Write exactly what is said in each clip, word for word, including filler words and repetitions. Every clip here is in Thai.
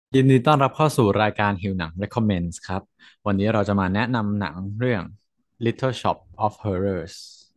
ยินดีต้อนรับเข้าสู่รายการ Hill หนัง Recommends ครับวันนี้เราจะมาแนะนำหนังเรื่อง Little Shop of Horrors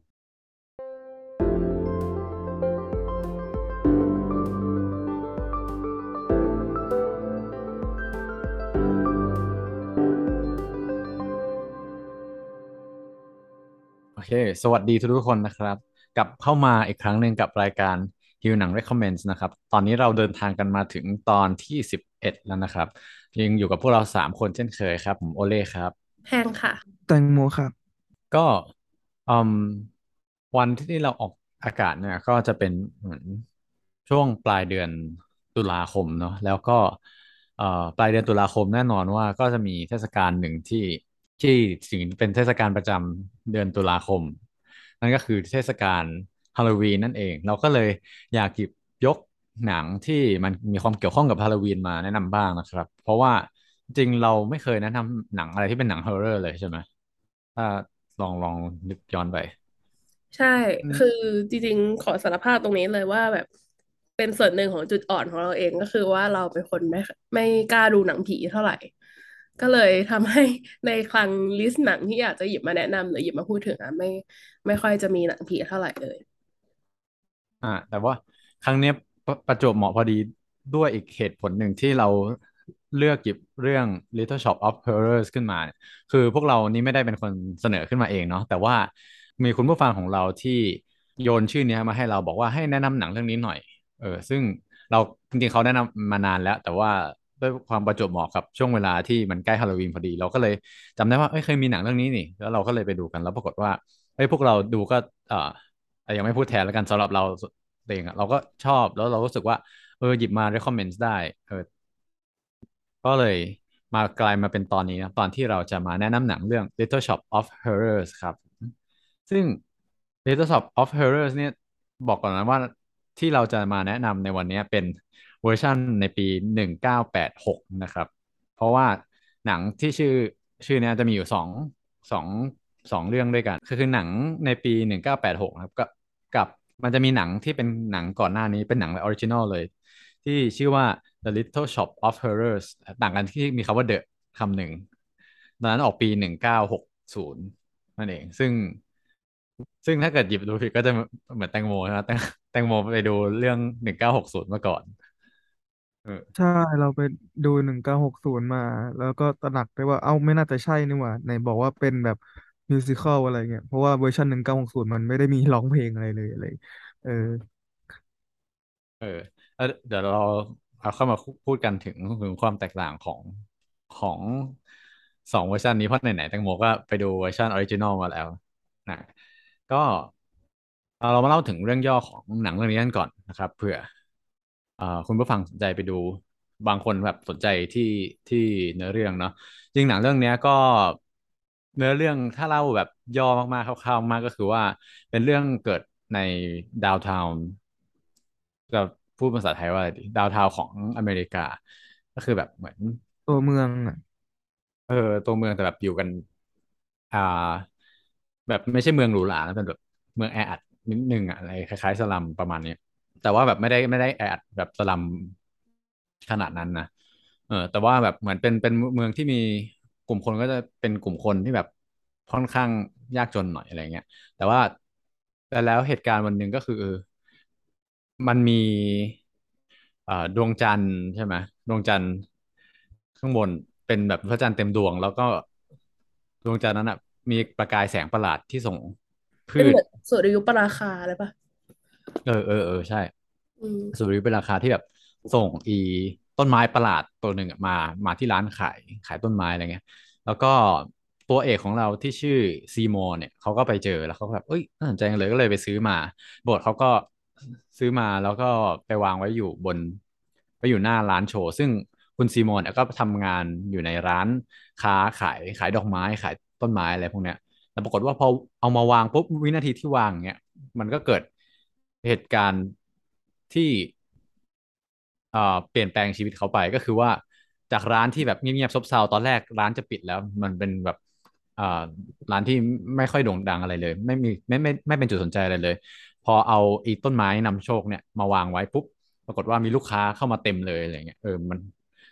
โอเคสวัสดีทุกๆคนนะครับกลับเข้ามาอีกครั้งหนึ่งกับรายการ Hill หนัง Recommends นะครับตอนนี้เราเดินทางกันมาถึงตอนที่สิบเอ็ดแล้วนะครับยังอยู่กับพวกเราสามคนเช่นเคยครับผมโอเล่ครับแพงค่ะแตงโมครับก็อืมวันที่เราออกอากาศเนี่ยก็จะเป็นเหมือนช่วงปลายเดือนตุลาคมเนาะแล้วก็เอ่อปลายเดือนตุลาคมแน่นอนว่าก็จะมีเทศกาลหนึ่งที่ที่สิ่งเป็นเทศกาลประจำเดือนตุลาคมนั่นก็คือเทศกาลฮาโลวีนนั่นเองเราก็เลยอยากหยิบยกหนังที่มันมีความเกี่ยวข้องกับฮาโลวีนมาแนะนำบ้างนะครับเพราะว่าจริงๆเราไม่เคยแนะนำหนังอะไรที่เป็นหนังฮอร์เรอร์เลยใช่ไหม ถ้าลองลองนึกย้อนไปใช่อืมคือจริงๆขอสารภาพตรงนี้เลยว่าแบบเป็นส่วนหนึ่งของจุดอ่อนของเราเองก็คือว่าเราเป็นคนไม่ไม่กล้าดูหนังผีเท่าไหร่ก็เลยทำให้ในคลังลิสต์หนังที่อยากจะหยิบมาแนะนำหรือหยิบมาพูดถึงอ่ะไม่ไม่ค่อยจะมีหนังผีเท่าไหร่เลยอ่าแต่ว่าครั้งเนี้ยประประจวบเหมาะพอดีด้วยอีกเหตุผลหนึ่งที่เราเลือกหยิบเรื่อง Little Shop of Horrors ขึ้นมาเนี่ยคือพวกเรานี้ไม่ได้เป็นคนเสนอขึ้นมาเองเนาะแต่ว่ามีคุณผู้ฟังของเราที่โยนชื่อเนี้ยมาให้เราบอกว่าให้แนะนำหนังเรื่องนี้หน่อยเออซึ่งเราจริงๆเขาแนะนำมานานแล้วแต่ว่าด้วยความประจวบเหมาะกับช่วงเวลาที่มันใกล้ฮาโลวีนพอดีเราก็เลยจำได้ว่าเอ้ยเคยมีหนังเรื่องนี้นี่แล้วเราก็เลยไปดูกันแล้วปรากฏว่าเอ้ยพวกเราดูก็เอ่อ อ่ะยังไม่พูดแทนแล้วกันสำหรับเราเองอะเราก็ชอบแล้วเรารู้สึกว่าเออหยิบมา recommend ได้เออก็เลยมากลายมาเป็นตอนนี้นะตอนที่เราจะมาแนะนำหนังเรื่อง Little Shop of Horrors ครับซึ่ง Little Shop of Horrors เนี่ยบอกก่อนนะว่าที่เราจะมาแนะนำในวันนี้เป็นเวอร์ชันในปีหนึ่งเก้าแปดหกนะครับเพราะว่าหนังที่ชื่อชื่อเนี้ยจะมีอยู่สองสองสองเรื่องด้วยกันคือคือหนังในปีหนึ่งเก้าแปดหกครับก็ กับมันจะมีหนังที่เป็นหนังก่อนหน้านี้เป็นหนังออริจินอลเลยที่ชื่อว่า The Little Shop of Horrors ต่างกันที่มีคำว่า The คำหนึ่งตอนนั้นออกปีหนึ่งเก้าหกศูนย์นั่นเองซึ่งซึ่งถ้าเกิดหยิบดูผิดก็จะเหมือนแตงโมนะครับแตงแตงโมไปดูเรื่องหนึ่งเก้าหกศูนย์มาก่อนเออใช่เราไปดูหนึ่งเก้าหกศูนย์มาแล้วก็ตระหนักได้ว่าเอ้าไม่น่าจะใช่นี่หว่าไหนบอกว่าเป็นแบบมิวสิคอลอะไรเงี้ยเพราะว่าเวอร์ชันหนึ่งเก้าหกศูนย์มันไม่ได้มีร้องเพลงอะไรเลยอะไรเออเออแล้วเดี๋ยวเราเอาเข้ามาพูดกันถึงถึงความแตกต่างของของสองเวอร์ชันนี้เพราะไหนๆแตงโมก็ไปดูเวอร์ชันออริจินอลมาแล้วนะ ก็เอาเรามาเล่าถึงเรื่องย่อของหนังเรื่องนี้กันก่อนนะครับเผื่อเอ่อคุณผู้ฟังสนใจไปดูบางคนแบบสนใจที่ที่เนื้อเรื่องเนาะจริงหนังเรื่องเนี้ยก็เนื้อเรื่องถ้าเล่าแบบย่อมากๆคร่าวๆมากก็คือว่าเป็นเรื่องเกิดในดาวน์ทาวน์จะพูดภาษาไทยว่าอะไรดีดาวน์ทาวน์ของอเมริกาก็คือแบบเหมือนตัวเมืองอ่ะเออตัวเมืองแต่แบบอยู่กันอ่าแบบไม่ใช่เมืองหรูหรานะเป็นแบบเมืองแออัดนิดนึงอะอะไรคล้ายๆสลัมประมาณนี้แต่ว่าแบบไม่ได้ไม่ได้แออัดแบบสลัมขนาดนั้นนะเออแต่ว่าแบบเหมือนเป็นเป็นเมืองที่มีกลุ่มคนก็จะเป็นกลุ่มคนที่แบบค่อนข้างยากจนหน่อยอะไรเงี้ยแต่ว่าแต่แล้วเหตุการณ์วันหนึ่งก็คือมันมีเอ่อดวงจันทร์ใช่ไหมดวงจันทร์ข้างบนเป็นแบบพระจันทร์เต็มดวงแล้วก็ดวงจันทร์นั้นอ่ะมีประกายแสงประหลาดที่ส่งพืชเป็นเหมือนสุริยุปราคาเลยปะเออเออเออใช่อืมสุริยุปราคาที่แบบส่งอีต้นไม้ประหลาดตัวหนึ่งอะมามาที่ร้านขายขายต้นไม้อะไรเงี้ยแล้วก็ตัวเอกของเราที่ชื่อซีโมเนี่ยเขาก็ไปเจอแล้วเขาก็แบบเอ้ยน่าสนใจจังเลยก็เลยไปซื้อมาบทเขาก็ซื้อมาแล้วก็ไปวางไว้อยู่บนไปอยู่หน้าร้านโชว์ซึ่งคุณซีโมนเนี่ยก็ทำงานอยู่ในร้านค้าขายขายดอกไม้ขายต้นไม้อะไรพวกเนี้ย แต่ปรากฏว่าพอเอามาวางปุ๊บวินาทีที่วางเนี่ยมันก็เกิดเหตุการณ์ที่เอ่อเปลี่ยนแปลงชีวิตเขาไปก็คือว่าจากร้านที่แบบเงียบๆซบเซาตอนแรกร้านจะปิดแล้วมันเป็นแบบเอ่อร้านที่ไม่ค่อยโด่งดังอะไรเลยไม่มีไม่ไม่ไม่เป็นจุดสนใจอะไรเลยพอเอาอีต้นไม้นำโชคเนี่ยมาวางไว้ปุ๊บปรากฏว่ามีลูกค้าเข้ามาเต็มเลยอะไรเงี้ยเออมัน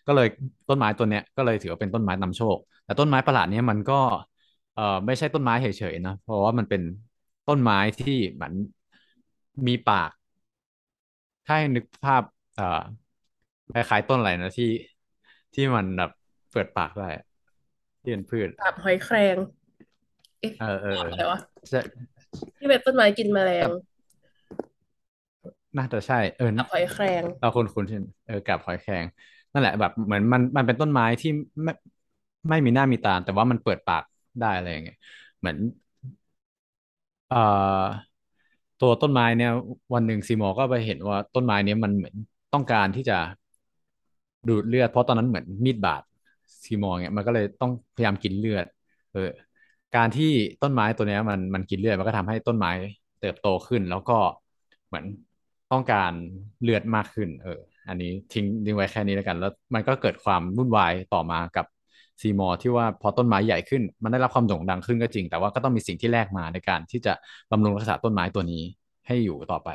ก็เลยต้นไม้ตัวเนี้ยก็เลยถือว่าเป็นต้นไม้นำโชคแต่ต้นไม้ประหลาดเนี้ยมันก็เอ่อไม่ใช่ต้นไม้เฉยๆนะเพราะว่ามันเป็นต้นไม้ที่เหมือนมีปากถ้าให้นึกภาพเอ่อคล้ายๆต้นอะไรนะที่ที่มันแบบเปิดปากได้อะที่เป็นพืชกาบหอยแครงเอ๊ะเออเออเออกาบอะไรวะใช่ที่เป็นต้นไม้กินแมลงกับน่าจะใช่เออกาบหอยแครงเราคุ้นคุ้นใช่ไหมเออกับหอยแครงนั่นแหละแบบเหมือนมันมันเป็นต้นไม้ที่ไม่ไม่มีหน้ามีตาแต่ว่ามันเปิดปากได้อะไรอย่างเงี้ยเหมือนเอ่อตัวต้นไม้เนี่ยวันหนึ่งซีโมก็ไปเห็นว่าต้นไม้เนี้ยมันเหมือนต้องการที่จะดูดเลือดเพราะตอนนั้นเหมือนมีดบาดซีโมเนี่ยมันก็เลยต้องพยายามกินเลือดเออการที่ต้นไม้ตัวเนี้ยมันมันกินเลือดมันก็ทำให้ต้นไม้เติบโตขึ้นแล้วก็เหมือนต้องการเลือดมากขึ้นเออ อันนี้ทิ้งทิ้งไว้แค่นี้แล้วกันแล้วมันก็เกิดความวุ่นวายต่อมากับซีมอร์ที่ว่าพอต้นไม้ใหญ่ขึ้นมันได้รับความโด่งดังขึ้นก็จริงแต่ว่าก็ต้องมีสิ่งที่แลกมาในการที่จะบำรุงรักษาต้นไม้ตัวนี้ให้อยู่ต่อไป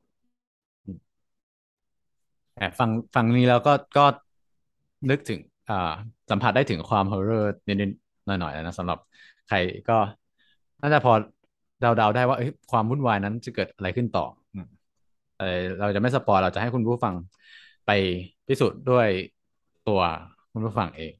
แอบฟังฟังนี้แล้วก็ก็นึกถึงอ่าสัมผัสได้ถึงความฮอร์เรอร์นิดๆหน่อยๆแล้วนะสำหรับใครก็น่าจะพอเดาๆได้ว่าเอ้ยความวุ่นวายนั้นจะเกิดอะไรขึ้นต่ออืม เออเราจะไม่สปอยเราจะให้คุณผู้ฟังไปพิสูจน์ด้วยตัวคุณผู้ฟังเอง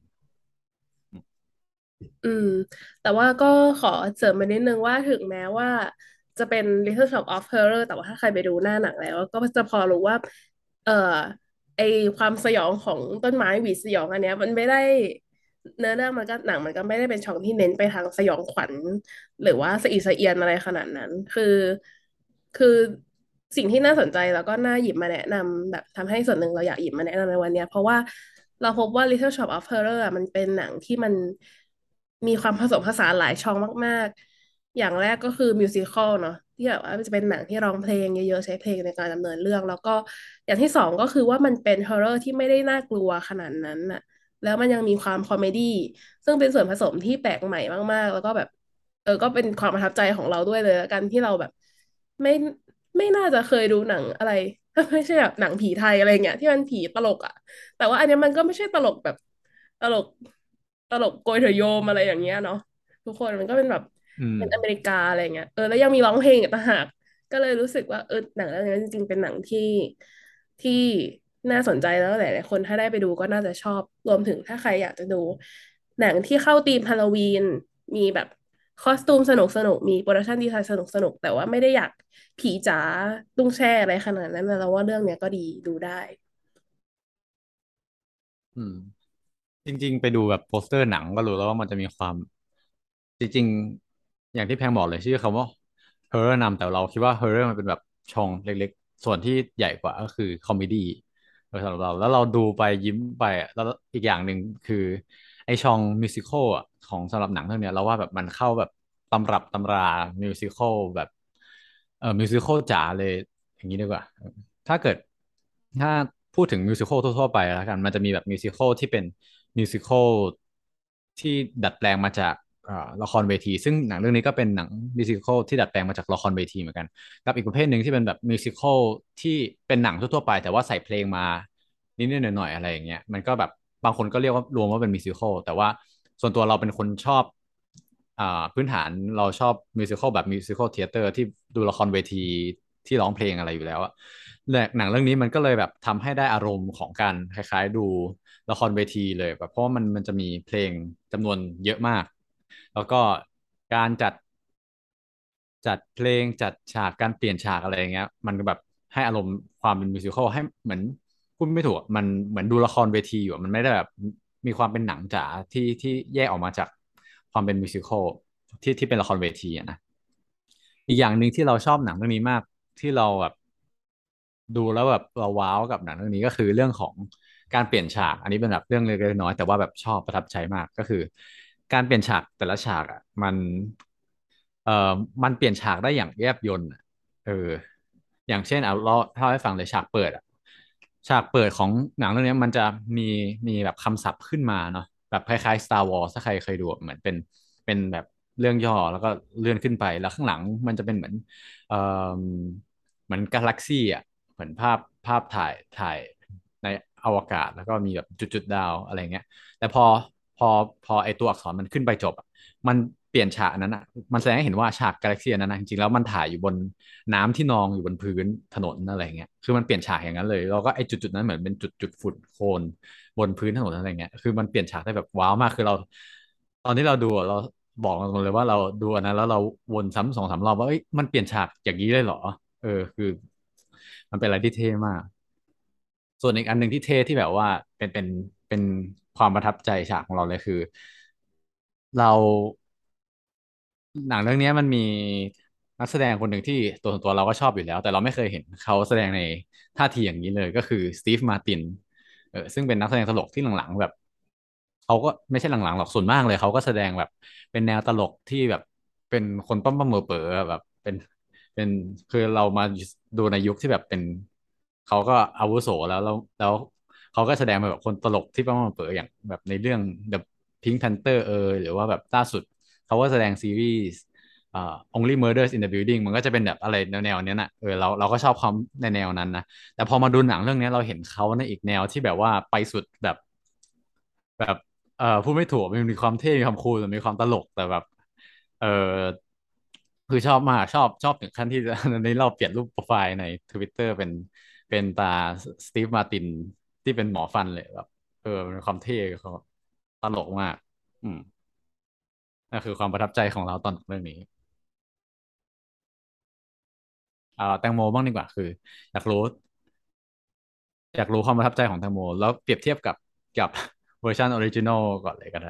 อืมแต่ว่าก็ขอเสริมไปนิดนึงว่าถึงแม้ว่าจะเป็น Little Shop of Horror แต่ว่าถ้าใครไปดูหน้าหนังแล้วก็จะพอรู้ว่าเอ่อไอความสยองของต้นไม้หวีดสยองอันเนี้ยมันไม่ได้เนื้อเรื่องมันก็หนังมันก็ไม่ได้เป็นช่องที่เน้นไปทางสยองขวัญหรือว่าสะอิดสะเอียนอะไรขนาดนั้นคือคือสิ่งที่น่าสนใจแล้วก็น่าหยิบมาแนะนำแบบทำให้ส่วนหนึ่งเราอยากหยิบมาแนะนำในวันเนี้ยเพราะว่าเราพบว่า Little Shop of Horror อะมันเป็นหนังที่มันมีความผสมผสานหลายช่องมากๆอย่างแรกก็คือมิวสิคอลเนาะที่แบบว่ามันจะเป็นหนังที่ร้องเพลงเยอะๆใช้เพลงในการดำเนินเรื่องแล้วก็อย่างที่สองก็คือว่ามันเป็นฮอร์เรอร์ที่ไม่ได้น่ากลัวขนาดนั้นน่ะแล้วมันยังมีความคอมเมดี้ซึ่งเป็นส่วนผสมที่แปลกใหม่มากๆแล้วก็แบบ เออก็เป็นความประทับใจของเราด้วยเลยละกันที่เราแบบไม่ไม่น่าจะเคยดูหนังอะไรไม่ใช่แบบหนังผีไทยอะไรเงี้ยที่มันผีตลกอ่ะแต่ว่าอันเนี้ยมันก็ไม่ใช่ตลกแบบตลกตลกโกยเถยโยมอะไรอย่างเงี้ยเนาะทุกคนมันก็เป็นแบบอืมเป็นอเมริกาอะไรเงี้ยเออแล้วยังมีร้องเพลงอีกต่างหากก็เลยรู้สึกว่าเออหนังเรื่องนี้จริงๆเป็นหนังที่ที่น่าสนใจแล้วหลายๆคนถ้าได้ไปดูก็น่าจะชอบรวมถึงถ้าใครอยากจะดูหนังที่เข้าธีมฮาโลวีนมีแบบ คอสตูมสนุกสนุกมีโปรดักชันดีไซน์สนุกสนุกแต่ว่าไม่ได้อยากผีจ๋าตุ้งแช่อะไรขนาดนั้นนะเราว่าเรื่องเนี้ยก็ดีดูได้อืมจริงๆไปดูแบบโปสเตอร์หนังก็รู้แล้วว่ามันจะมีความจริงๆอย่างที่แพงบอกเลยชื่อคำว่า horror นำแต่เราคิดว่า horror มันเป็นแบบช่องเล็กๆส่วนที่ใหญ่กว่าก็คือคอมเมดี้โดยสำหรับเราแล้วเราดูไปยิ้มไปอะแล้วอีกอย่างหนึ่งคือไอช่องมิวสิคลอ่ะของสำหรับหนังเรื่องเนี้ยเราว่าแบบมันเข้าแบบตำรับตำรามิวสิคลแบบเออมิวสิคลจ๋าเลยอย่างนี้ดีกว่า ถ้าเกิดถ้าพูดถึงมิวสิควลทั่วๆไปแล้วกันมันจะมีแบบมิวสิควลที่เป็นมิวสิควลที่ดัดแปลงมาจากเอ่อละครเวทีซึ่งหนังเรื่องนี้ก็เป็นหนังมิวสิควลที่ดัดแปลงมาจากละครเวทีเหมือนกันกับอีกประเภทหนึ่งที่เป็นแบบมิวสิควลที่เป็นหนังทั่วๆไปแต่ว่าใส่เพลงมานิดๆหน่อยๆอะไรอย่างเงี้ยมันก็แบบบางคนก็เรียกว่ารวมว่าเป็นมิวสิควลแต่ว่าส่วนตัวเราเป็นคนชอบอ่าพื้นฐานเราชอบมิวสิควลแบบมิวสิควลเทเตอร์ที่ดูละครเวทีที่ร้องเพลงอะไรอยู่แล้วอะ และหนังเรื่องนี้มันก็เลยแบบทำให้ได้อารมณ์ของการคล้ายๆดูละครเวทีเลยแบบเพราะว่ามันมันจะมีเพลงจำนวนเยอะมากแล้วก็การจัดจัดเพลงจัดฉากการเปลี่ยนฉากอะไรอย่างเงี้ยมันก็แบบให้อารมณ์ความเป็นมิวสิควลให้เหมือนพูดไม่ถูกอะมันเหมือนดูละครเวทีอยู่อะมันไม่ได้แบบมีความเป็นหนังจ๋าที่ที่แยกออกมาจากความเป็นมิวสิควลที่ที่เป็นละครเวทีอะนะ อีกอย่างหนึ่งที่เราชอบหนังเรื่องนี้มากที่เราแบบดูแล้วแบบเราว้าวกับหนังเรื่องนี้ก็คือเรื่องของการเปลี่ยนฉากอันนี้เป็นแบบเรื่องเล็กๆน้อยๆแต่ว่าแบบชอบประทับใจมากก็คือการเปลี่ยนฉากแต่ละฉากอ่ะมันเอ่อมันเปลี่ยนฉากได้อย่างแยบยลอะเอออย่างเช่นเอาเราเล่าให้ฟังเลยฉากเปิดอ่ะฉากเปิดของหนังเรื่องนี้มันจะมีมีแบบคำศัพท์ขึ้นมาเนาะแบบคล้ายๆ Star Wars ถ้าใครเคยดูอะเหมือนเป็นเป็นแบบเรื่องย่อแล้วก็เลื่อนขึ้นไปแล้วข้างหลังมันจะเป็นเหมือน เอ่อเหมือนกาแล็กซี่อ่ะเหมือนภาพภาพถ่ายถ่ายในอวกาศแล้วก็มีแบบจุดๆดาวอะไรเงี้ยแต่พอพอพอไอตัวอักษรมันขึ้นไปจบอะมันเปลี่ยนฉากนั้นอ่ะมันแสดงให้เห็นว่าฉากกาแล็กซีนั้นนะจริงๆแล้วมันถ่ายอยู่บนน้ำที่นองอยู่บนพื้นถนนอะไรเงี้ยคือมันเปลี่ยนฉากอย่างนั้นเลยแล้วก็ไอจุดๆนั้นเหมือนเป็นจุดจุดฝุ่นโคลนบนพื้นถนนอะไรเงี้ยคือมันเปลี่ยนฉากได้แบบว้าวมากคือเราตอนที่เราดูอะเราบอกตรงๆเลยว่าเราดูอันนั้นแล้วเราวนซ้ำสองสามรอบว่าเอ้ยมันเปลี่ยนฉากอย่างนี้เลยเหรอเออคือมันเป็นอะไรที่เท่มาก ส่วนอีกอันหนึ่งที่เท่ที่แบบว่าเป็นเป็นเป็นความประทับใจฉากของเราเลยคือเราหนังเรื่องนี้มันมีนักแสดงคนหนึ่งที่ตัวส่วนตัวเราก็ชอบอยู่แล้วแต่เราไม่เคยเห็นเขาแสดงในท่าทีอย่างนี้เลยก็คือสตีฟมาร์ตินเออซึ่งเป็นนักแสดงตลกที่หลังๆแบบเขาก็ไม่ใช่หลังๆหรอกส่วนมากเลยเขาก็แสดงแบบเป็นแนวตลกที่แบบเป็นคนปั้มปั้มเป๋อๆอะแบบเป็นเป็นคือเรามาดูในยุคที่แบบเป็นเขาก็อาวุโสแล้วแล้วแล้ว เขาก็แสดงมาแบบคนตลกที่ป้ามาเปิดอย่างแบบในเรื่อง The Pink Panther เออหรือว่าแบบล่าสุดเขาก็แสดงซีรีส์อ่า Only Murders in the Building มันก็จะเป็นแบบอะไรแนวแนวเนี้ยน่ะเออเราเราก็ชอบเขาในแนวนั้นนะแต่พอมาดูหนังเรื่องนี้เราเห็นเขาในอีกแนวที่แบบว่าไปสุดแบบแบบเออพูดไม่ถูกมันมีความเท่มีความคูลแต่มีความตลกแต่แบบเออคือชอบมากชอบชอบถึงขั้นที่ในนี้เราเปลี่ยนรูปโปรไฟล์ใน Twitter เป็นเป็นตาสตีฟมาร์ติน ที่เป็นหมอฟันเลยแบบเออเป็นความเท่เขาตลกมากอืมนั่นคือความประทับใจของเราตอนเรื่องนี้เอ่าแตงโมบ้างดีกว่าคืออยากรู้อยากรู้ความประทับใจของแตงโมแล้วเปรียบเทียบกับกับเวอร์ชันออริจินอลก่อนเลยก็ได้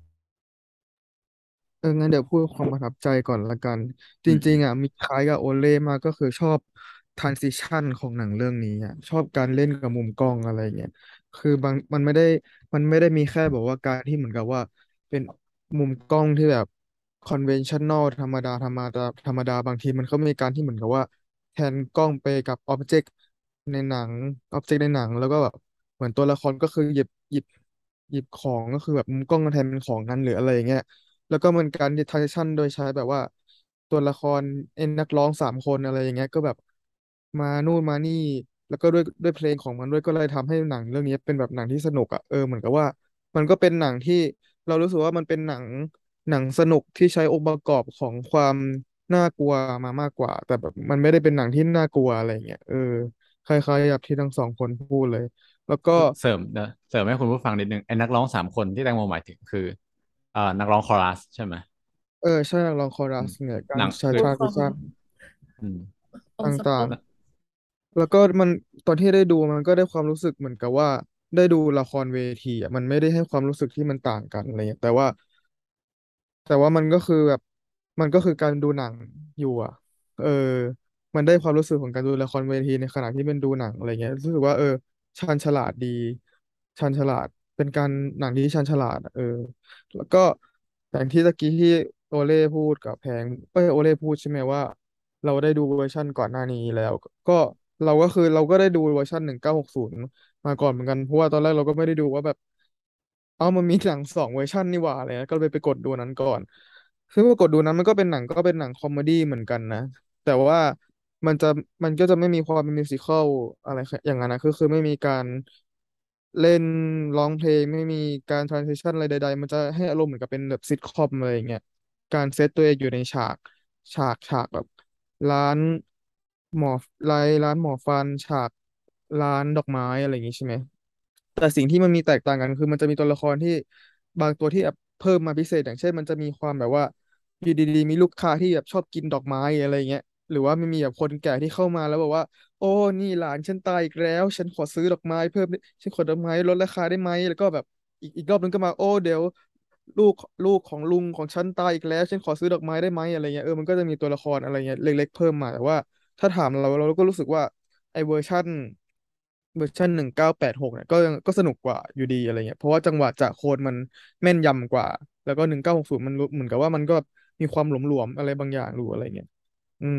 เอองั้นเดี๋ยวพูดความประทับใจก่อนละกันจอืมอืมริงๆอ่ะมีคล้ายกับโอเล่มากก็คือชอบ transition ของหนังเรื่องนี้อ่ะชอบการเล่นกับมุมกล้องอะไรเงี้ยคือบางมันไม่ได้มันไม่ได้มีแค่แบบว่าการที่เหมือนกับว่าเป็นมุมกล้องที่แบบ conventional ธรรมดาธรรมดาธรรมดาบางทีมันก็มีการที่เหมือนกับว่าแทนกล้องไปกับ object ในหนัง object ในหนังแล้วก็แบบเหมือนตัวละครก็คือหยิบหยิบหยิบของก็คือแบบมุมกล้องมาแทนเป็นของนั้นหรืออะไรอย่างเงี้ย แล้วก็มันการดิท r ชั n โดยใช้แบบว่าตัวละครเอ็นนักร้องสามคนอะไรอย่างเงี้ยก็แบบมานู่นมานี่แล้วก็ด้วยด้วยเพลงของมันด้วยก็เลยทำให้หนังเรื่องนี้เป็นแบบหนังที่สนุกอ่ะเออเหมือนกับว่ามันก็เป็นหนังที่เรารู้สึกว่ามันเป็นหนังหนังสนุกที่ใช้องค์ประกอบของความน่ากลัวมามากกว่าแต่แบบมันไม่ได้เป็นหนังที่น่ากลัวอะไรเงี้ยเออคล้ายๆกับที่ทั้งสองคนพูดเลยแล้วก็เสริมเนอะเสริมให้คุณผู้ฟังนิดนึงไอ้นักร้องสามคนที่แตงโมหมายถึงคือเอ่อนักร้องคอรัสใช่ไหมเออใช่ลองคอรัอืมสเนี่ยการหนังใช้คือวงของทรานซิชันอืมองค์สต่างปอคแล้วก็มันตอนที่ได้ดูมันก็ได้ความรู้สึกเหมือนกับว่าได้ดูละครเวทีอ่ะมันไม่ได้ให้ความรู้สึกที่มันต่างกันอะไรเงี้ยแต่ว่าแต่ว่ามันก็คือแบบมันก็คือการดูหนังอยู่อ่ะเออมันได้ความรู้สึกของการดูละครเวทีในขณะที่เป็นดูหนังอะไรเงี้ยรู้สึกว่าเออชาญฉลาดดีชาญฉลาดเป็นการหนังที่ชาญฉลาดอะเออแล้วก็อย่างที่ตะกี้ที่โอเล่พูดกับแพงเอ้ยโอเล่พูดใช่ไหมว่า เราได้ดูเวอร์ชันก่อนหน้านี้แล้วก็เราก็คือเราก็ได้ดูเวอร์ชันหนึ่งเก้าหกศูนย์มาก่อนเหมือนกันเพราะว่าตอนแรกเราก็ไม่ได้ดูว่าแบบเอ้ามันมีหนังสองเวอร์ชันนี่หว่าอะไรเงี้ยก็เลยไปกดดูนั้นก่อนซึ่งปรากฏดูนั้นมันก็เป็นหนังก็เป็นหนังคอมเมดี้เหมือนกันนะแต่ว่ามันจะมันก็จะไม่มีความเป็นมิวสิคอลอะไรอย่างนั้นนะคือคือไม่มีการเล่นร้องเพลงไม่มีการทรานซิชันอะไรใดๆมันจะให้อารมณ์เหมือนกับเป็นแบบซิทคอมอะไรอย่างเงี้ยการเซตตัวเองอยู่ในฉากฉากฉากแบบ ร้านหมอร้านร้านหมอฟันฉากร้านดอกไม้อะไรอย่างงี้ใช่ไหมแต่สิ่งที่มันมีแตกต่างกันคือมันจะมีตัวละครที่บางตัวที่แบบเพิ่มมาพิเศษอย่างเช่นมันจะมีความแบบว่าอยู่ดีๆมีลูกค้าที่แบบชอบกินดอกไม้อะไรเงี้ยหรือว่าไม่มีแบบคนแก่ที่เข้ามาแล้วบอกว่าโอ้นี่หลานฉันตายอีกแล้วฉันขอซื้อดอกไม้เพิ่มฉันขอดอกไม้ลดราคาได้ไหมแล้วก็แบบอีกอีกรอบนึงก็มาโอ้เดี๋ยว ลูกลูกของลุงของฉันตายอีกแล้วฉันขอซื้อดอกไม้ได้ไหมอะไรเงี้ยเออมันก็จะมีตัวละครอะไรเงี้ยเล็กๆเพิ่มมาแต่ว่าถ้าถามเราเราก็รู้สึกว่าไอ้เวอร์ชันเวอร์ชันหนึ่งเก้าแปดหกเนี่ยก็ยังก็สนุกกว่าอยู่ดีอะไรเงี้ยเพราะว่าจังหวะจากโค้ดมันแม่นยำกว่าแล้วก็หนึ่งเก้าหกศูนย์มันรู้เหมือนกับว่ามันก็มีความหลวมๆอะไรบางอย่างอยู่อะไรเงี้ยอืม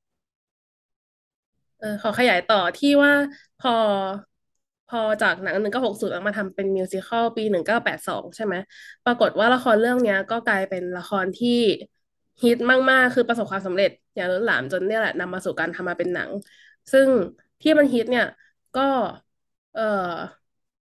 เออขอขยายต่อที่ว่าพอพอจากหนังหนึ่งเก้าหกศูนย์มาทำเป็นมิวสิคัลปีหนึ่งเก้าแปดสองใช่ไหมปรากฏว่าละครเรื่องเนี้ยก็กลายเป็นละครที่ฮิตมากๆคือประสบความสำเร็จอย่างล้นหลามจนเนี่ยแหละนำมาสู่การทำมาเป็นหนังซึ่งที่มันฮิตเนี่ยก็เออ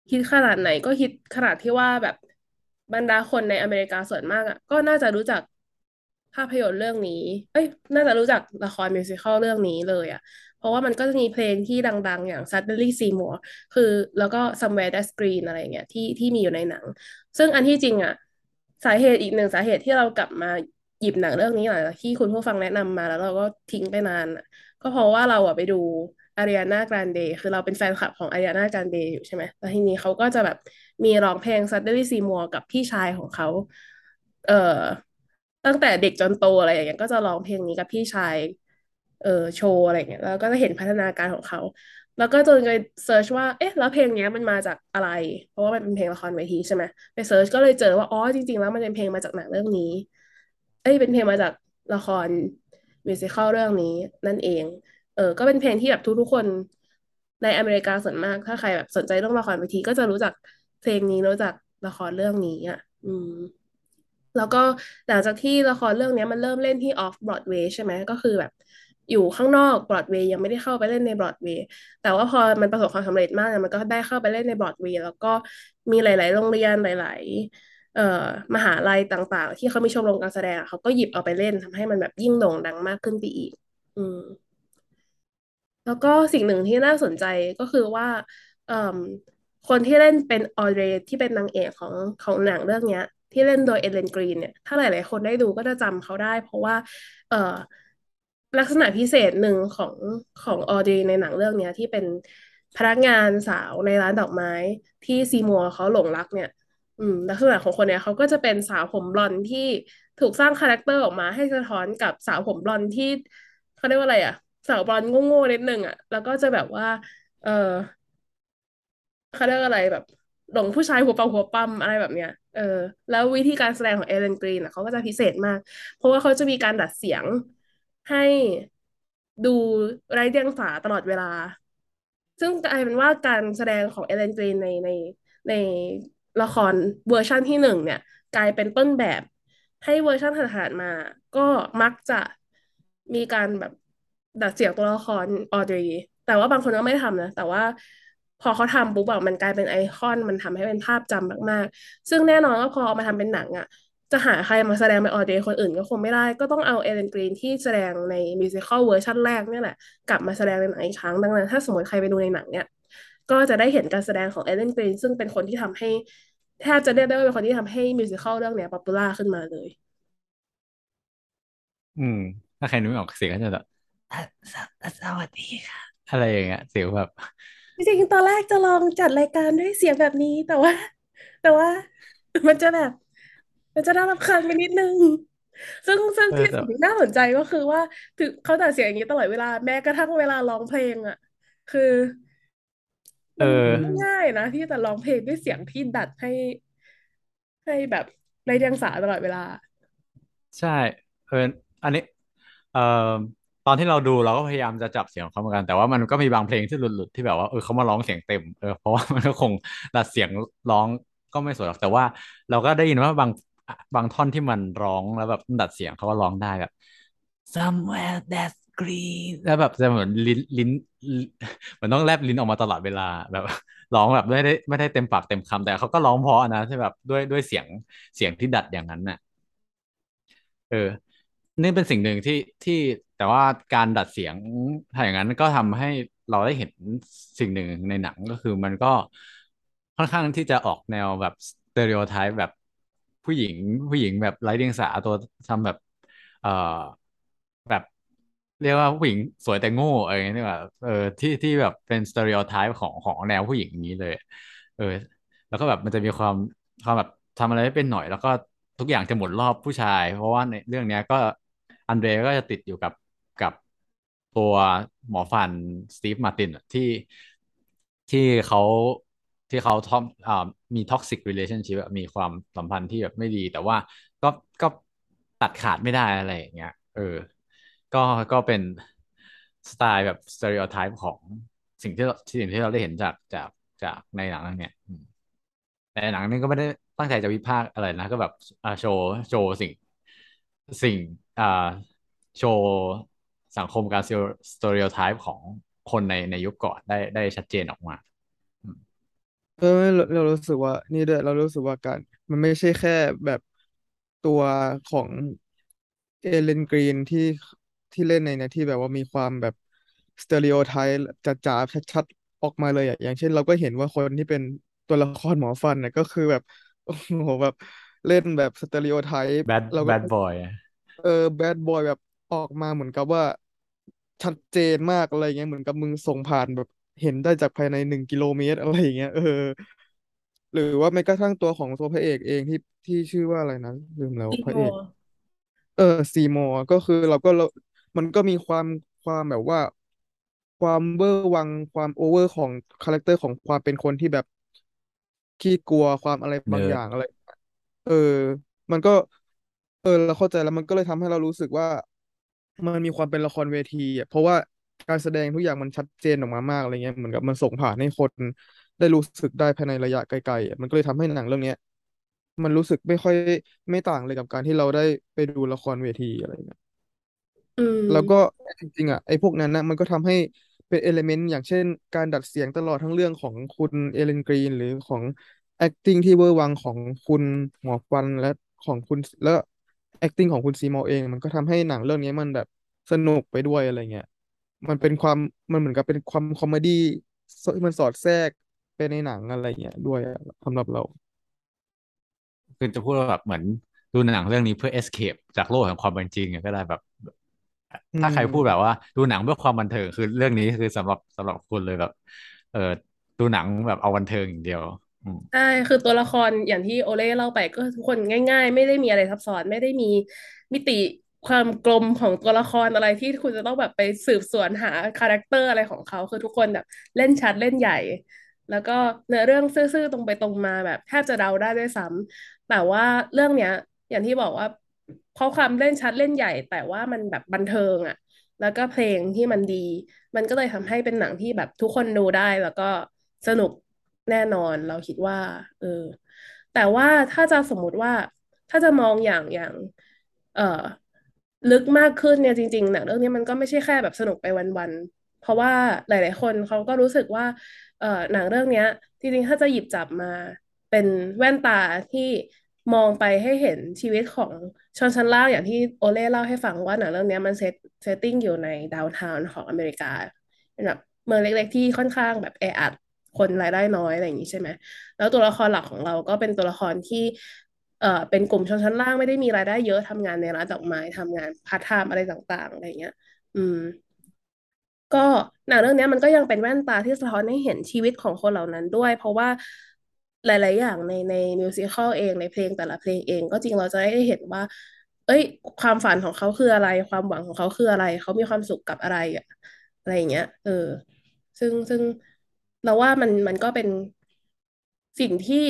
ฮิตขนาดไหนก็ฮิตขนาดที่ว่าแบบบรรดาคนในอเมริกาส่วนมากอ่ะก็น่าจะรู้จักภาพยนตร์เรื่องนี้เอ้ยน่าจะรู้จักละครมิวสิคัลเรื่องนี้เลยอ่ะเพราะว่ามันก็จะมีเพลงที่ดังๆอย่าง Suddenly Seymour คือแล้วก็ Somewhere That's Green อะไรอย่างเงี้ยที่ที่มีอยู่ในหนังซึ่งอันที่จริงอ่ะสาเหตุอีกหนึ่งสาเหตุที่เรากลับมาหยิบหนังเรื่องนี้หลังจากที่คุณผู้ฟังแนะนำมาแล้วเราก็ทิ้งไปนานอะก็เพราะว่าเราอะไปดู อาริอานากรานเดคือเราเป็นแฟนคลับของอาริอานากรานเดอยู่ใช่ไหมแล้วทีนี้เขาก็จะแบบมีร้องเพลง Suddenly Seymour กับพี่ชายของเขาเอ่อตั้งแต่เด็กจนโตอะไรอย่างเงี้ยก็จะร้องเพลงนี้กับพี่ชายเอ่อโชว์อะไรอย่างเงี้ยแล้วก็จะเห็นพัฒนาการของเขาแล้วก็จนไปเซิร์ชว่าเอ๊ะแล้วเพลงเนี้ยมันมาจากอะไรเพราะว่ามันเป็นเพลงละครเวทีใช่ไหมไปเซิร์ชก็เลยเจอว่าอ๋อจริงๆแล้วมันเป็นเพลงมาจากหนังเรื่องนี้เอ้ยเป็นเพลงมาจากละครมิวสิคัลเรื่องนี้นั่นเอง เออก็เป็นเพลงที่แบบทุกๆคนในอเมริกาส่วนมากถ้าใครแบบสนใจเรื่องละครเวทีก็จะรู้จักเพลงนี้รู้จักละครเรื่องนี้อ่ะอืมแล้วก็หลังจากที่ละครเรื่องเนี้ยมันเริ่มเล่นที่ออฟบรอดเวย์ใช่ไหมก็คือแบบอยู่ข้างนอกบรอดเวย์ยังไม่ได้เข้าไปเล่นในบรอดเวย์แต่ว่าพอมันประสบความสำเร็จมากเนี่ยมันก็ได้เข้าไปเล่นในบรอดเวย์แล้วก็มีหลายๆโรงเรียนหลายๆเอ่อมหาลัยต่างๆที่เขามีชมรมการแสดงอะเขาก็หยิบเอาไปเล่นทำให้มันแบบยิ่งโด่งดังมากขึ้นไปอีกอืม แล้วก็สิ่งหนึ่งที่น่าสนใจก็คือว่าเอ่มคนที่เล่นเป็นออเดรที่เป็นนางเอกของของหนังเรื่องเนี้ยที่เล่นโดยเอเลนกรีนเนี่ยถ้าหลายๆคนได้ดูก็จะจำเขาได้เพราะว่าเอ่อลักษณะพิเศษหนึ่งของของออเดรในหนังเรื่องเนี้ยที่เป็นพนักงานสาวในร้านดอกไม้ที่ซีมัวร์เขาหลงรักเนี่ยอืมลักษณะของคนเนี้ยเขาก็จะเป็นสาวผมบลอนด์ที่ถูกสร้างคาแรคเตอร์ออกมาให้สะท้อนกับสาวผมบลอนด์ที่เขาเรียกว่าอะไรอะ สาวบอลโง่ๆนิดนึงอ่ะแล้วก็จะแบบว่าเออเขาเรียกอะไรแบบหลงผู้ชายหัวเป่าหัวปั๊มอะไรแบบเนี้ยเออแล้ววิธีการแสดงของเอเลนกรีนอ่ะเขาก็จะพิเศษมากเพราะว่าเขาจะมีการดัดเสียงให้ดูไร้เดียงสาตลอดเวลา ซึ่งกลายเป็นว่าการแสดงของเอเลนกรีนในในในละครเวอร์ชั่นที่หนึ่งเนี่ยกลายเป็นต้นแบบให้เวอร์ชันถัดๆมาก็มักจะมีการแบบดัดเสียงตัวละครออดรีแต่ว่าบางคนก็ไม่ทำนะแต่ว่าพอเขาทำปุ๊บแบบมันกลายเป็นไอคอนมันทำให้เป็นภาพจำมากๆซึ่งแน่นอนว่าพอเอามาทำเป็นหนังอ่ะจะหาใครมาแสดงเป็นออเดย์คนอื่นก็คงไม่ได้ก็ต้องเอาเอเลนกรีนที่แสดงในมิวสิคัลเวอร์ชันแรกเนี่ยแหละ กลับมาแสดงในหนังอีกครั้งดังนั้นถ้าสมมติใครไปดูในหนังเนี่ยก็จะได้เห็นการแสดงของเอเลนกรีนซึ่งเป็นคนที่ทำให้แทบจะเรียกได้ว่าเป็นคนที่ทำให้มิวสิคัลเรื่องเนี้ยป๊อปปูล่าขึ้นมาเลยอืมถ้าใครนึกไม่ออกเสียงก็จะแบบอ่ะสสวัสดีค่ะอะไรอย่างเงี้ยเสียงแบบจริงๆตอนแรกจะลองจัดรายการด้วยเสียงแบบนี้แต่ว่าแต่ว่ามันจะแบบมันจะน่ารำคาญไปนิดนึงซึ่งซึ่งเออแต่ที่สิ่งที่น่าสนใจก็คือว่าถึงเขาตัดเสียงอย่างนี้ตลอดเวลาแม้กระทั่งเวลาร้องเพลงอ่ะคือเอมันอืไม่มง่ายนะที่จะร้องเพลงด้วยเสียงที่ดัดให้ให้แบบไร้เดียงสาตลอดเวลาใช่เอออันนี้เอ่อตอนที่เราดูเราก็พยายามจะจับเสียงเขาเหมือนกันแต่ว่ามันก็มีบางเพลงที่หลุดๆที่แบบว่าเออเขามาร้องเสียงเต็มเออเพราะว่ามันก็คงดัดเสียงร้องก็ไม่สวยหรอกแต่ว่าเราก็ได้ยินว่าบางบางท่อนที่มันร้องแล้วแบบดัดเสียงเขาก็ร้องได้แบบ somewhere that's green แล้วแบบจะเหมือนลิ้นลิ้นลิ้นเหมือนต้องแลบลิ้นออกมาตลอดเวลาแบบร้องแบบไม่ได้ไม่ได้เต็มปากเต็มคำแต่เขาก็ร้องเพราะนะที่แบบด้วยด้วยเสียงเสียงที่ดัดอย่างนั้นน่ะ เออนี่เป็นสิ่งหนึ่งที่ที่แต่ว่าการดัดเสียงถ้าอย่างนั้นก็ทำให้เราได้เห็นสิ่งหนึ่งในหนังก็คือมันก็ค่อนข้างที่จะออกแนวแบบสเตอริโอไทป์แบบผู้หญิงผู้หญิงแบบไร้เดียงสาตัวทำแบบเอ่อแบบเรียกว่าผู้หญิงสวยแต่โง่อะไรอย่างเงี้ยดีกว่าเออที่ที่แบบเป็นสเตอริโอไทป์ของของแนวผู้หญิงอย่างนี้เลยเออ แล้วก็แบบมันจะมีความความแบบทำอะไรไม่เป็นหน่อยแล้วก็ทุกอย่างจะหมุนรอบผู้ชายเพราะว่าในเรื่องเนี้ยก็อันเดรก็จะติดอยู่กับกับตัวหมอฟันสตีฟมาร์ตินอะที่ที่เขาที่เขาทอมอ่ามีท็อกซิก relationship อะมีความสัมพันธ์ที่แบบไม่ดีแต่ว่าก็ก็ตัดขาดไม่ได้อะไรอย่างเงี้ยเออก็ก็เป็นสไตล์แบบสเตอริโอไทป์ของสิ่งที่เราสิ่งที่เราได้เห็นจากจากจากในหนังเรื่องเนี้ย แต่หนังนี่ก็ไม่ได้ตั้งใจจะวิพากษ์อะไรนะก็แบบอ่าโชว์โชว์สิ่งสิ่งอ่าโชว์สังคมการสเตอริโอไทป์ของคนในในยุคก่อนได้ได้ชัดเจนออกมาอืมเออเราเรารู้สึกว่านี่ด้วยเรารู้สึกว่าการมันไม่ใช่แค่แบบตัวของเอเลนกรีนที่ที่เล่นในเนี่ยที่แบบว่ามีความแบบสเตอริโอไทป์จ๋าๆชัดๆออกมาเลยอ่ะอย่างเช่นเราก็เห็นว่าคนที่เป็นตัวละครหมอฟันเนี่ยก็คือแบบโอ้โหแบบเล่นแบบสเตอริโอไทป์แบดเราก็แบดบอยเออแบดบอยแบบออกมาเหมือนกับว่าชัดเจนมากอะไรเงี้ยเหมือนกับมึงส่งผ่านแบบเห็นได้จากภายในหนึ่งกิโลเมตรอะไรอย่างเงี้ยเออ หรือว่าแม้กระทั่งตัวของตัวพระเอกเองที่ที่ชื่อว่าอะไรนะลืมแล้วอีโมพระเอกเออซีมอร์ก็คือเราก็เรามันก็มีความความแบบว่าความเวอร์วังความโอเวอร์ของคาแรคเตอร์ของความเป็นคนที่แบบขี้กลัวความอะไรบางเนิร์ดอย่างอะไรเออมันก็เออเราเข้าใจแล้วมันก็เลยทำให้เรารู้สึกว่ามันมีความเป็นละครเวทีอ่ะเพราะว่าการแสดงทุกอย่างมันชัดเจนออกมามากอะไรเงี้ยเหมือนกับมันส่งผ่านให้คนได้รู้สึกได้ภายในระยะไกลๆอะมันก็เลยทำให้หนังเรื่องเนี้ย มันรู้สึกไม่ค่อยไม่ต่างเลยกับการที่เราได้ไปดูละครเวทีอะไรเงี้ยอืแล้วก็มจริงๆอ่ะไอ้พวกนั้นนะมันก็ทำให้เป็นเอลิเมนต์อย่างเช่นการดัดเสียงตลอดทั้งเรื่องของคุณเอเลนกรีนหรือของ acting ที่เวอร์วังของคุณหมอฟันและของคุณแล้ว acting ของคุณซีมอร์เองมันก็ทำให้หนังเรื่องนี้มันแบบสนุกไปด้วยอะไรเงี้ยมันเป็นความมันเหมือนกับเป็นความคอมเมดี้มันสอดแทรกไปในหนังอะไรเงี้ยด้วยอะสำหรับเราคือจะพูดว่าแบบเหมือนดูหนังเรื่องนี้เพื่อ escape จากโลกแห่งความเป็นจริงอะก็ได้แบบอืถ้าใครพูดแบบมว่าดูหนังเพื่อความบันเทิงคือเรื่องนี้คือสำหรับสำหรับคุณเลยแบบเออดูหนังแบบเอาบันเทิงอย่างเดียวอืมใช่คือตัวละครอย่างที่โอเล่เล่าไปก็ทุกคนง่ายๆไม่ได้มีอะไรซับซ้อนไม่ได้มีมิติความกลมของตัวละครอะไรที่คุณจะต้องแบบไปสืบสวนหาคาแรคเตอร์อะไรของเขาคือทุกคนแบบเล่นชัดเล่นใหญ่แล้วก็เนื้อเรื่องซื่อๆตรงไปตรงมาแบบแทบจะเดาได้ด้วยซ้ำแต่ว่าเรื่องเนี้ยอย่างที่บอกว่าเพราะความเล่นชัดเล่นใหญ่แต่ว่ามันแบบบันเทิงอ่ะ แล้วก็เพลงที่มันดี มันก็เลยทำให้เป็นหนังที่แบบทุกคนดูได้แล้วก็สนุกแน่นอนเราคิดว่าเออแต่ว่าถ้าจะสมมุติว่าถ้าจะมองอย่างอย่างเอ่อลึกมากขึ้นเนี่ยจริงๆหนังเรื่องนี้มันก็ไม่ใช่แค่แบบสนุกไปวันๆเพราะว่าหลายๆคนเขาก็รู้สึกว่าเอ่อหนังเรื่องเนี้ยจริงๆถ้าจะหยิบจับมาเป็นแว่นตาที่มองไปให้เห็นชีวิตของชนชั้นล่างอย่างที่โอเล่เล่าให้ฟังว่าหนังเรื่องเนี้ยมันเซตเซตติ้งอยู่ในดาวน์ทาวน์ของอเมริกาเป็นแบบเมืองเล็กๆที่ค่อนข้างแบบแออัดคนรายได้น้อยอะไรอย่างนี้ใช่ไหมแล้วตัวละครหลักของเราก็เป็นตัวละครที่เอ่อเป็นกลุ่มชนชั้นล่างไม่ได้มีรายได้เยอะทำงานในร้านดอกไม้ทำงานพาร์ทไทม์อะไรต่างๆอะไรอย่างเงี้ยอืม ก็หนังเรื่องเนี้ยมันก็ยังเป็นแว่นตาที่สะท้อนให้เห็นชีวิตของคนเหล่านั้นด้วยเพราะว่าหลายๆอย่างในในมิวสิคัลเองในเพลงแต่ละเพลงเองก็จริงเราจะได้เห็นว่าเอ้ยความฝันของเขาคืออะไรความหวังของเขาคืออะไรเขามีความสุขกับอะไรอะอะไรอย่างเงี้ยเออซึ่งซึ่งเราว่ามันมันก็เป็นสิ่งที่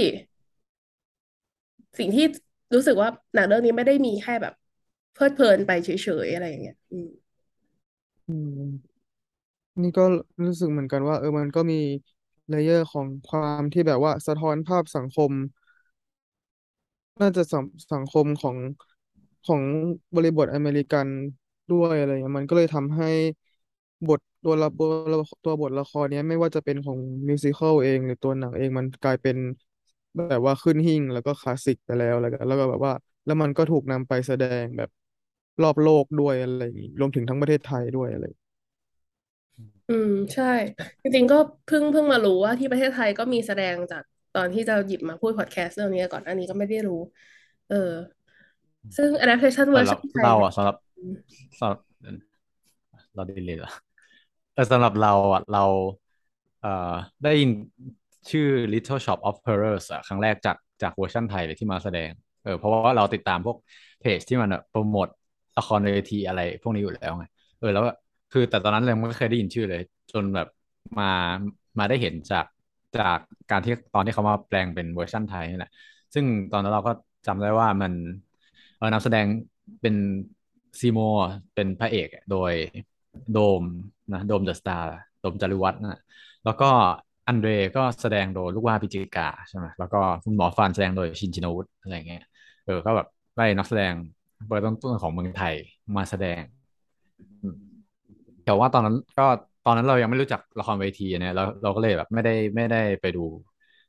สิ่งที่รู้สึกว่าหนังเรื่องนี้ไม่ได้มีแค่แบบเพลิดเพลินไปเฉยๆอะไรอย่างเงี้ยอืมอืม นี่ก็รู้สึกเหมือนกันว่าเออมันก็มีเลเยอร์ของความที่แบบว่าสะท้อนภาพสังคมน่าจะสังสังคมของของบริบทอเมริกันด้วยอะไรเงี้ยมันก็เลยทำให้บทตัวละตัวละตัวบทละครเนี้ยไม่ว่าจะเป็นของมิวสิคัลเองหรือตัวหนังเองมันกลายเป็นแบบว่าขึ้นหิ้งแล้วก็คลาสสิกไปแล้วแล้วก็แล้วก็แบบว่าแล้วมันก็ถูกนำไปแสดงแบบรอบโลกด้วยอะไรอย่างงี้รวมถึงทั้งประเทศไทยด้วยอะไรอืมใช่จริงๆก็เพิ่งเพิ่งมารู้ว่าที่ประเทศไทยก็มีแสดงจากตอนที่จะหยิบมาพูดพอดแคสต์เรื่องนี้ก่อนอันนี้ก็ไม่ได้รู้เออซึ่ง adaptation สำหรับ version ไทยเราเนี่ยอ่ะสำหรับสำหรับเราดีเลยเหรอเออสำหรับเราอ่ะเราเอ่อได้ยินชื่อ Little Shop of Horrors อ่ะครั้งแรกจากจากเวอร์ชันไทยเลยที่มาแสดงเออเพราะว่าเราติดตามพวกเพจที่มันแบบโปรโมทละครเวทีอะไรพวกนี้อยู่แล้วไงเออแล้วก็คือแต่ตอนนั้นเราไม่เคยได้ยินชื่อเลยจนแบบมามาได้เห็นจากจากการที่ตอนที่เขามาแปลงเป็นเวอร์ชันไทยนี่แหละซึ่งตอนนั้นเราก็จำได้ว่ามัน เออนำแสดงเป็นซีโมเป็นพระเอกโดยโดมนะโดมเดอะสตาร์โดมจารุวัฒน์นะแล้วก็อันเดรก็แสดงโดยลูกว่าพิจิกาใช่ไหมแล้วก็คุณหมอฟานแสดงโดยชินชินวุฒิอะไรเงี้ยเออก็แบบได้นักแสดงเบอร์ต้นๆของเมืองไทยมาแสดงอืมแต่ว่าตอนนั้นก็ตอนนั้นเรายังไม่รู้จักละครเวทีเนี่ยเราเราก็เลยแบบไม่ได้ไม่ได้ไปดู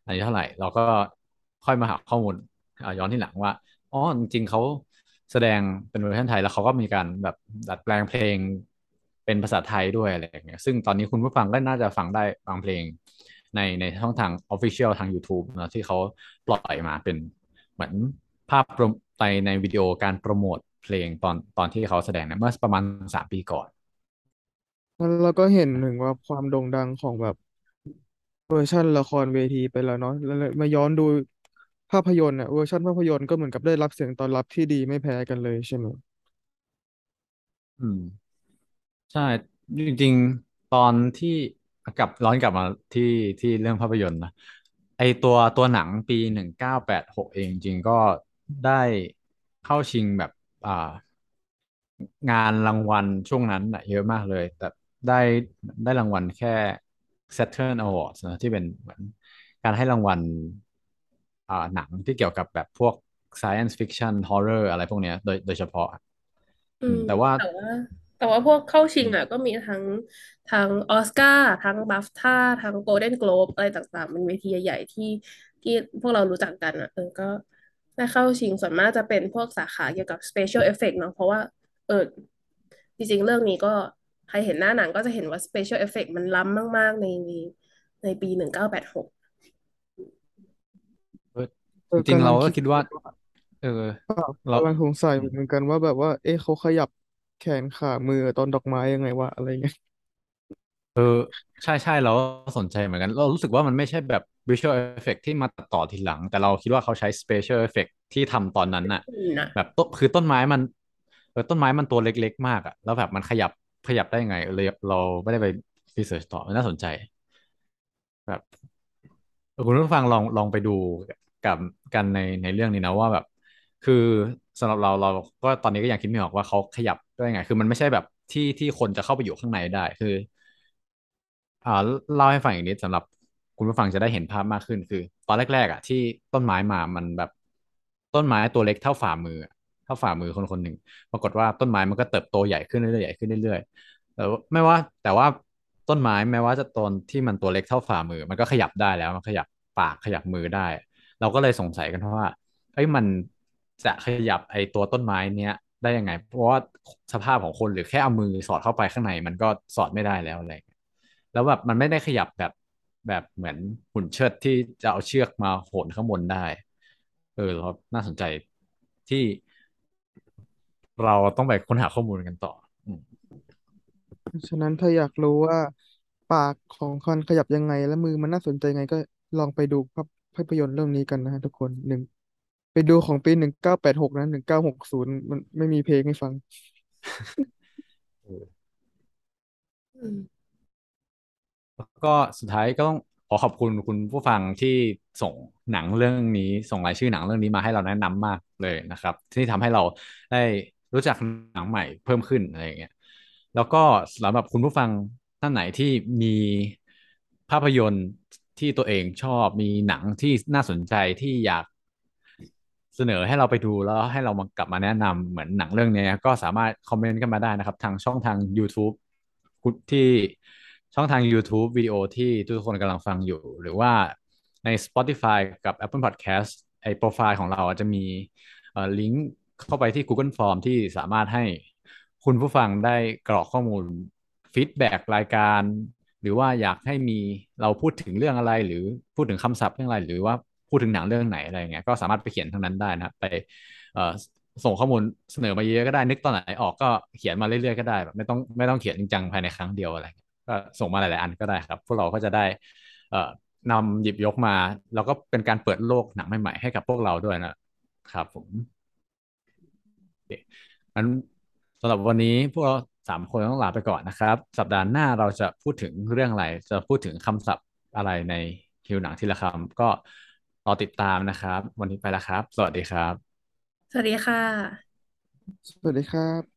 อันนี้เท่าไหร่เราก็ค่อยมาหาข้อมูลอ่าย้อนที่หลังว่าอ๋อจริงๆเขาแสดงเป็นเวอร์ชันไทยแล้วเขาก็มีการแบบดัดแปลงเพลงเป็นภาษาไทยด้วยอะไรอย่างเงี้ยซึ่งตอนนี้คุณผู้ฟังก็น่าจะฟังได้บางเพลงในในช่องทาง Official ทาง YouTube เนอะที่เขาปล่อยมาเป็นเหมือนภาพโปรในในวิดีโอการโปรโมทเพลงตอนตอนที่เขาแสดงเนี่ยเมื่อประมาณสามปีก่อนแล้วเราก็เห็นถึงว่าความโด่งดังของแบบเวอร์ชันละครเวทีไปแล้วเนาะแล้วมาย้อนดูภาพยนตร์เนี่ยเวอร์ชันภาพยนตร์ก็เหมือนกับได้รับเสียงตอบรับที่ดีไม่แพ้กันเลยใช่ไหมอืม ใช่จริงๆตอนที่กลับย้อนกลับมาที่ที่เรื่องภาพยนตร์นะไอตัวตัวหนังปีหนึ่งเก้าแปดหกเองจริงก็ได้เข้าชิงแบบอ่างานรางวัลช่วงนั้นน่ะเยอะมากเลยแต่ได้ได้รางวัลแค่ Saturn Awards นะที่เป็นเหมือนการให้รางวัลอ่าหนังที่เกี่ยวกับแบบพวก science fiction horror อะไรพวกเนี้ยโดยโดยเฉพาะอืมอืมแต่ว่าแต่ว่าแต่ว่าพวกเข้าชิอืมงอ่ะก็มีทั้งทั้งออสการ์ทั้งบัฟท่าทั้งโกลเด้นโกลบอะไรต่างๆมันเวทีใหญ่ๆที่ที่พวกเรารู้จักกันอ่ะเออก็ได้เข้าชิงส่วนมากจะเป็นพวกสาขาเกี่ยวกับ special effect เนาะเพราะว่าเออจริงๆเรื่องนี้ก็ใครเห็นหน้าหนังก็จะเห็นว่า special effect มันล้ำมากๆในในปีหนึ่งเก้าแปดหกเออเออจริงๆเรากำลังคิดก็คิดว่าเออเรากำลังสงสัยอืมเหมือนกันว่าแบบว่าเอ๊ะเขาขยับแขนขามือตอนดอกไม้ยังไงวะอะไรเงี้ยเออใช่ใช่เราก็สนใจเหมือนกันเรารู้สึกว่ามันไม่ใช่แบบ visual effect ที่มาตัดต่อทีหลังแต่เราคิดว่าเขาใช้ special effect ที่ทำตอนนั้นน่ะอืมนะแบบต้นคือต้นไม้มันเออต้นไม้มันตัวเล็กๆมากอะแล้วแบบมันขยับขยับได้ยังไงเลยเราไม่ได้ไป research ต่อมันน่าสนใจแบบ เออคุณผู้ฟังลองลองไปดูกับกันในในเรื่องนี้นะว่าแบบคือสำหรับเราเราก็ตอนนี้ก็ยังคิดไม่ออกว่าเขาขยับได้ยังไงคือมันไม่ใช่แบบที่ที่คนจะเข้าไปอยู่ข้างในได้คืออ่าเล่าให้ฟังอีกนิดสำหรับคุณผู้ฟังจะได้เห็นภาพมากขึ้นคือตอนแรกๆอ่ะที่ต้นไม้มามันแบบต้นไม้ตัวเล็กเท่าฝ่ามือเท่าฝ่ามือคนคนหนึ่งปรากฏว่าต้นไม้มันก็เติบโตใหญ่ขึ้นเรื่อยๆใหญ่ขึ้นเรื่อยๆแต่ว่าไม่ว่าแต่ว่าต้นไม้แม้ว่าจะต้นที่มันตัวเล็กเท่าฝ่ามือมันก็ขยับได้แล้วมันขยับ ปากขยับมือได้เราก็เลยสงสัยกันว่าเอ้ยมันจะขยับไอ้ตัวต้นไม้เนี้ยได้ยังไงเพราะว่าสภาพของคนหรือแค่เอามือสอดเข้าไปข้างในมันก็สอดไม่ได้แล้วอะไรอย่างเงี้ยแล้วแบบมันไม่ได้ขยับแบบแบบเหมือนหุ่นเชิดที่จะเอาเชือกมาโหนข้างบนได้เออเราน่าสนใจที่เราต้องไปค้นหาข้อมูลกันต่ออืมฉะนั้นถ้าอยากรู้ว่าปากของคนขยับยังไงและมือมันน่าสนใจไงก็ลองไปดูภาพภาพยนตร์เรื่องนี้กันนะฮะทุกคนหนึ่งไปดูของปีหนึ่งเก้าแปดหกนะหนึ่งเก้าหกศูนย์มันไม่มีเพลงให้ฟังเอออืมแล้วก็สุดท้ายก็ต้องขอขอบคุณคุณผู้ฟังที่ส่งหนังเรื่องนี้ส่งรายชื่อหนังเรื่องนี้มาให้เราแนะนำมากเลยนะครับที่ทำให้เราได้รู้จักหนังใหม่เพิ่มขึ้นอะไรอย่างเงี้ยแล้วก็สำหรับคุณผู้ฟังท่านไหนที่มีภาพยนตร์ที่ตัวเองชอบมีหนังที่น่าสนใจที่อยากเสนอให้เราไปดูแล้วให้เรามากลับมาแนะนำเหมือนหนังเรื่องนี้ก็สามารถคอมเมนต์กันมาได้นะครับทางช่องทาง YouTube ที่ช่องทาง YouTube วิดีโอที่ทุกคนกำลังฟังอยู่หรือว่าใน Spotify กับ Apple Podcast ไอ้โปรไฟล์ของเราจะมีเอ่อลิงก์เข้าไปที่ Google Form ที่สามารถให้คุณผู้ฟังได้กรอกข้อมูลฟีดแบ็กรายการหรือว่าอยากให้มีเราพูดถึงเรื่องอะไรหรือพูดถึงคำศัพท์เรื่องอะไรหรือว่าพูดถึงหนังเรื่องไหนอะไรเงี้ยก็สามารถไปเขียนทั้งนั้นได้นะครับไปเอ่อ ส่งข้อมูลเสนอมาเยอะๆก็ได้นึกตอนไหนออกก็เขียนมาเรื่อยๆก็ได้แบบไม่ต้องไม่ต้องเขียนจริงจังภายในครั้งเดียวอะไรเงี้ยก็ส่งมาหลายๆอันก็ได้ครับพวกเราก็จะได้เอ่อนำหยิบยกมาแล้วก็เป็นการเปิดโลกหนังใหม่ๆให้กับพวกเราด้วยนะครับผมงั้นสำหรับวันนี้พวกเราสามคนต้องลาไปก่อนนะครับสัปดาห์หน้าเราจะพูดถึงเรื่องอะไรจะพูดถึงคำศัพท์อะไรในคิวหนังทีละคำก็รอติดตามนะครับวันนี้ไปแล้วครับสวัสดีครับสวัสดีค่ะสวัสดีครับ